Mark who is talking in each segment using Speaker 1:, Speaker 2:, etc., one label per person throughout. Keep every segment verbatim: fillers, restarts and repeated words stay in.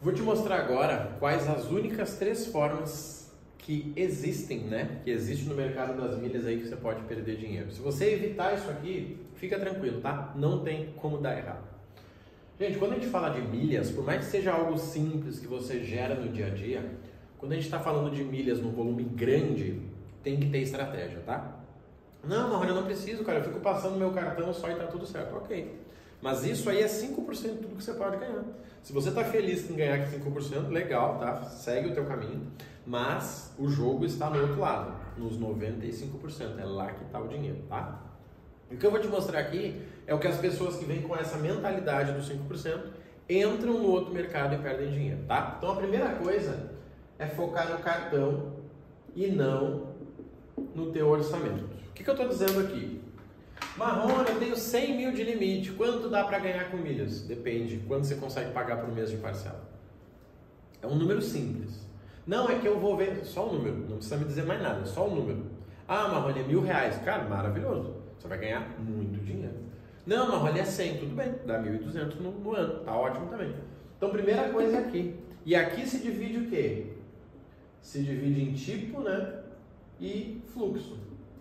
Speaker 1: Vou te mostrar agora quais as únicas três formas que existem, né? Que existe no mercado das milhas aí que você pode perder dinheiro. Se você evitar isso aqui, fica tranquilo, tá? Não tem como dar errado. Gente, quando a gente fala de milhas, por mais que seja algo simples que você gera no dia a dia, quando a gente está falando de milhas no volume grande, tem que ter estratégia, tá? Não, Marrone, eu não preciso, cara, eu fico passando meu cartão só e tá tudo certo. Ok. Mas isso aí é cinco por cento de tudo que você pode ganhar. Se você está feliz em ganhar aqui cinco por cento, legal, tá? Segue o teu caminho. Mas o jogo está no outro lado, nos noventa e cinco por cento. É lá que está o dinheiro, tá? E o que eu vou te mostrar aqui é o que as pessoas que vêm com essa mentalidade dos cinco por cento entram no outro mercado e perdem dinheiro, tá? Então a primeira coisa é focar no cartão e não no teu orçamento. O que, que eu estou dizendo aqui? Marrone, eu tenho cem mil de limite. Quanto dá para ganhar com milhas? Depende. Quanto você consegue pagar por mês de parcela? É um número simples. Não, é que eu vou ver... Só o número. Não precisa me dizer mais nada. Só o número. Ah, Marrone, é mil reais. Cara, maravilhoso. Você vai ganhar muito dinheiro. Não, Marrone, é cem. Tudo bem. Dá mil e duzentos no, no ano. Tá ótimo também. Então, primeira coisa é aqui. E aqui se divide o quê? Se divide em tipo, né? E fluxo.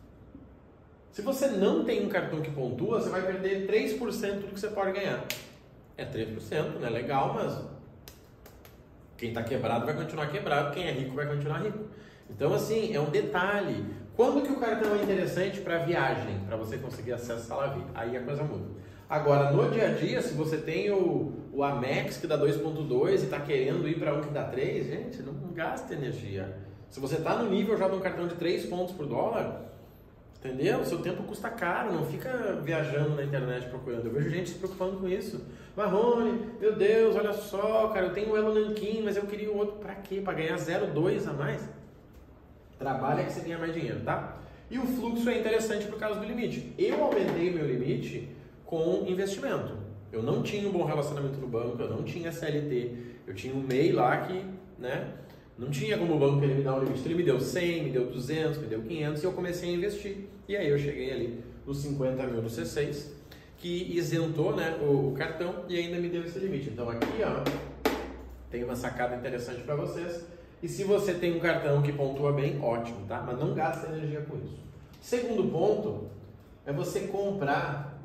Speaker 1: Se você não tem um cartão que pontua, você vai perder três por cento do que você pode ganhar. É três por cento, né? Legal, mas quem está quebrado vai continuar quebrado, quem é rico vai continuar rico. Então, assim, é um detalhe. Quando que o cartão é interessante para viagem, para você conseguir acesso à Salavi? Aí a coisa muda. Agora, no dia a dia, se você tem o, o Amex que dá dois ponto dois e está querendo ir para um que dá três, gente, não gasta energia. Se você está no nível já de um cartão de três pontos por dólar... Entendeu? O seu tempo custa caro, não fica viajando na internet procurando. Eu vejo gente se preocupando com isso. Marrone, meu Deus, olha só, cara, eu tenho o Elo Nanquim, mas eu queria o outro pra quê? Pra ganhar zero vírgula dois a mais? Trabalha que você ganha mais dinheiro, tá? E o fluxo é interessante por causa do limite. Eu aumentei meu limite com investimento. Eu não tinha um bom relacionamento no banco, eu não tinha C L T, eu tinha um M E I lá que, né? Não tinha como o banco ele me dar um limite. Ele me deu cem, me deu duzentos, me deu quinhentos e eu comecei a investir. E aí eu cheguei ali nos cinquenta mil no C seis, que isentou, né, o, o cartão e ainda me deu esse limite. Então aqui, ó, tem uma sacada interessante para vocês. E se você tem um cartão que pontua bem, ótimo, tá? Mas não gasta energia com isso. Segundo ponto é você comprar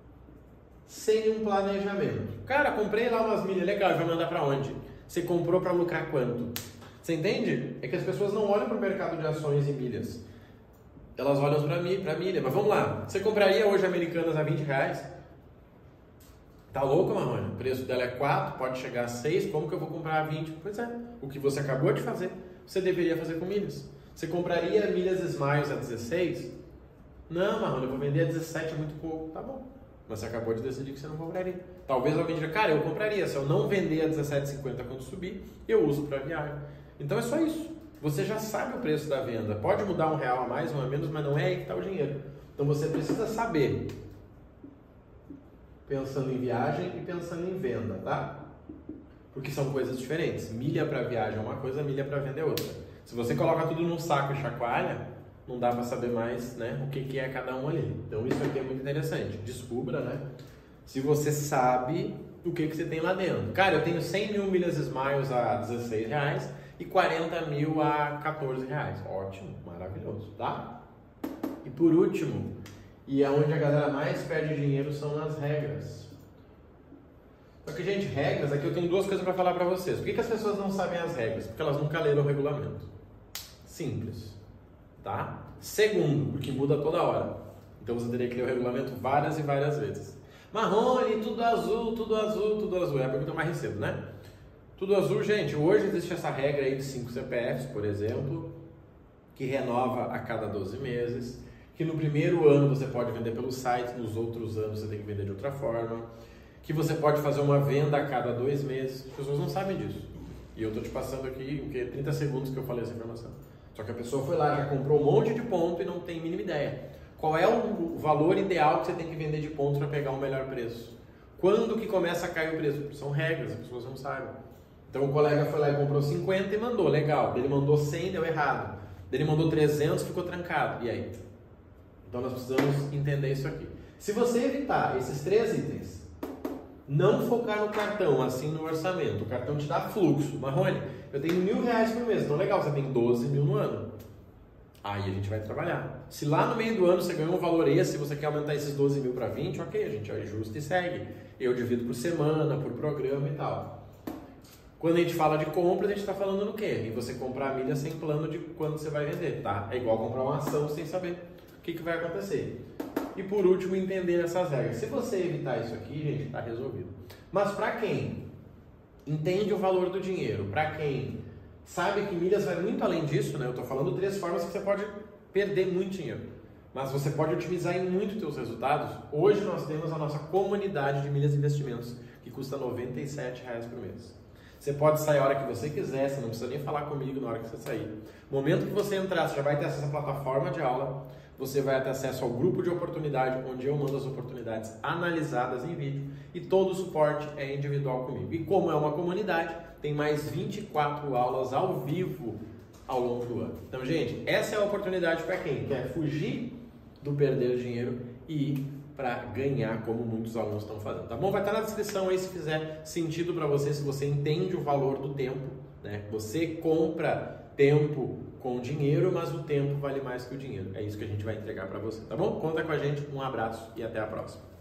Speaker 1: sem um planejamento. Cara, comprei lá umas milhas, legal, vai mandar para onde? Você comprou para lucrar quanto? Você entende? É que as pessoas não olham para o mercado de ações e milhas. Elas olham para mim, para milha. Mas vamos lá. Você compraria hoje Americanas a vinte reais? Tá louco, Marrone? O preço dela é quatro, pode chegar a seis. Como que eu vou comprar a vinte? Pois é. O que você acabou de fazer, você deveria fazer com milhas. Você compraria milhas Smiles a dezesseis? Não, Marrone, eu vou vender a dezessete, é muito pouco. Tá bom. Mas você acabou de decidir que você não compraria. Talvez alguém diga, cara, eu compraria. Se eu não vender a dezessete e cinquenta quando subir, eu uso para viagem. Então é só isso. Você já sabe o preço da venda. Pode mudar um real a mais, um a menos, mas não é aí que está o dinheiro. Então você precisa saber. Pensando em viagem e pensando em venda, tá? Porque são coisas diferentes. Milha para viagem é uma coisa, milha para venda é outra. Se você coloca tudo num saco e chacoalha, não dá para saber mais, né, o que, que é cada um ali. Então isso aqui é muito interessante. Descubra, né? Se você sabe o que, que você tem lá dentro. Cara, eu tenho cem mil milhas Smiles a dezesseis reais e quarenta mil a quatorze reais. Ótimo, maravilhoso, tá? E por último, e é onde a galera mais perde dinheiro, são nas regras. Só que, gente, regras, aqui eu tenho duas coisas para falar para vocês. Por que, que as pessoas não sabem as regras? Porque elas nunca leram o regulamento. Simples, tá? Segundo, porque muda toda hora. Então você teria que ler o regulamento várias e várias vezes. Marrone, tudo azul, tudo azul, tudo azul. É a pergunta mais recente, né? Tudo azul, gente, hoje existe essa regra aí de cinco C P Fs, por exemplo, que renova a cada doze meses, que no primeiro ano você pode vender pelo site, nos outros anos você tem que vender de outra forma, que você pode fazer uma venda a cada dois meses. As pessoas não sabem disso. E eu tô te passando aqui, o que, trinta segundos que eu falei essa informação. Só que a pessoa foi lá, já comprou um monte de ponto e não tem a mínima ideia. Qual é o valor ideal que você tem que vender de pontos para pegar o melhor preço? Quando que começa a cair o preço? São regras, as pessoas não sabem. Então o colega foi lá e comprou cinquenta e mandou, legal. Ele mandou cem, deu errado. Ele mandou trezentos, ficou trancado. E aí? Então nós precisamos entender isso aqui. Se você evitar esses três itens, Não focar no cartão, assim no orçamento. O cartão te dá fluxo. Marrone, eu tenho mil reais por mês. Então legal, você tem doze mil no ano. Aí a gente vai trabalhar. Se lá no meio do ano você ganhou um valor esse, se você quer aumentar esses doze mil para vinte, ok, a gente ajusta e segue. Eu divido por semana, por programa e tal. Quando a gente fala de compra, a gente está falando no quê? Em você comprar a milha sem plano de quando você vai vender, tá? É igual comprar uma ação sem saber o que, que vai acontecer. E por último, entender essas regras. Se você evitar isso aqui, gente, está resolvido. Mas para quem entende o valor do dinheiro, para quem sabe que milhas vai muito além disso, né? Eu estou falando três formas que você pode perder muito dinheiro, mas você pode otimizar em muito os seus resultados. Hoje nós temos a nossa comunidade de milhas e investimentos, que custa noventa e sete reais por mês. Você pode sair a hora que você quiser, você não precisa nem falar comigo na hora que você sair. No momento que você entrar, você já vai ter acesso à plataforma de aula, você vai ter acesso ao grupo de oportunidade, onde eu mando as oportunidades analisadas em vídeo, e todo o suporte é individual comigo. E como é uma comunidade, tem mais vinte e quatro aulas ao vivo ao longo do ano. Então, gente, essa é a oportunidade para quem quer fugir do perder dinheiro e ir para ganhar, como muitos alunos estão fazendo, tá bom? Vai estar na descrição aí se fizer sentido para você, se você entende o valor do tempo, né? Você compra tempo com dinheiro, mas o tempo vale mais que o dinheiro. É isso que a gente vai entregar para você, tá bom? Conta com a gente, um abraço e até a próxima.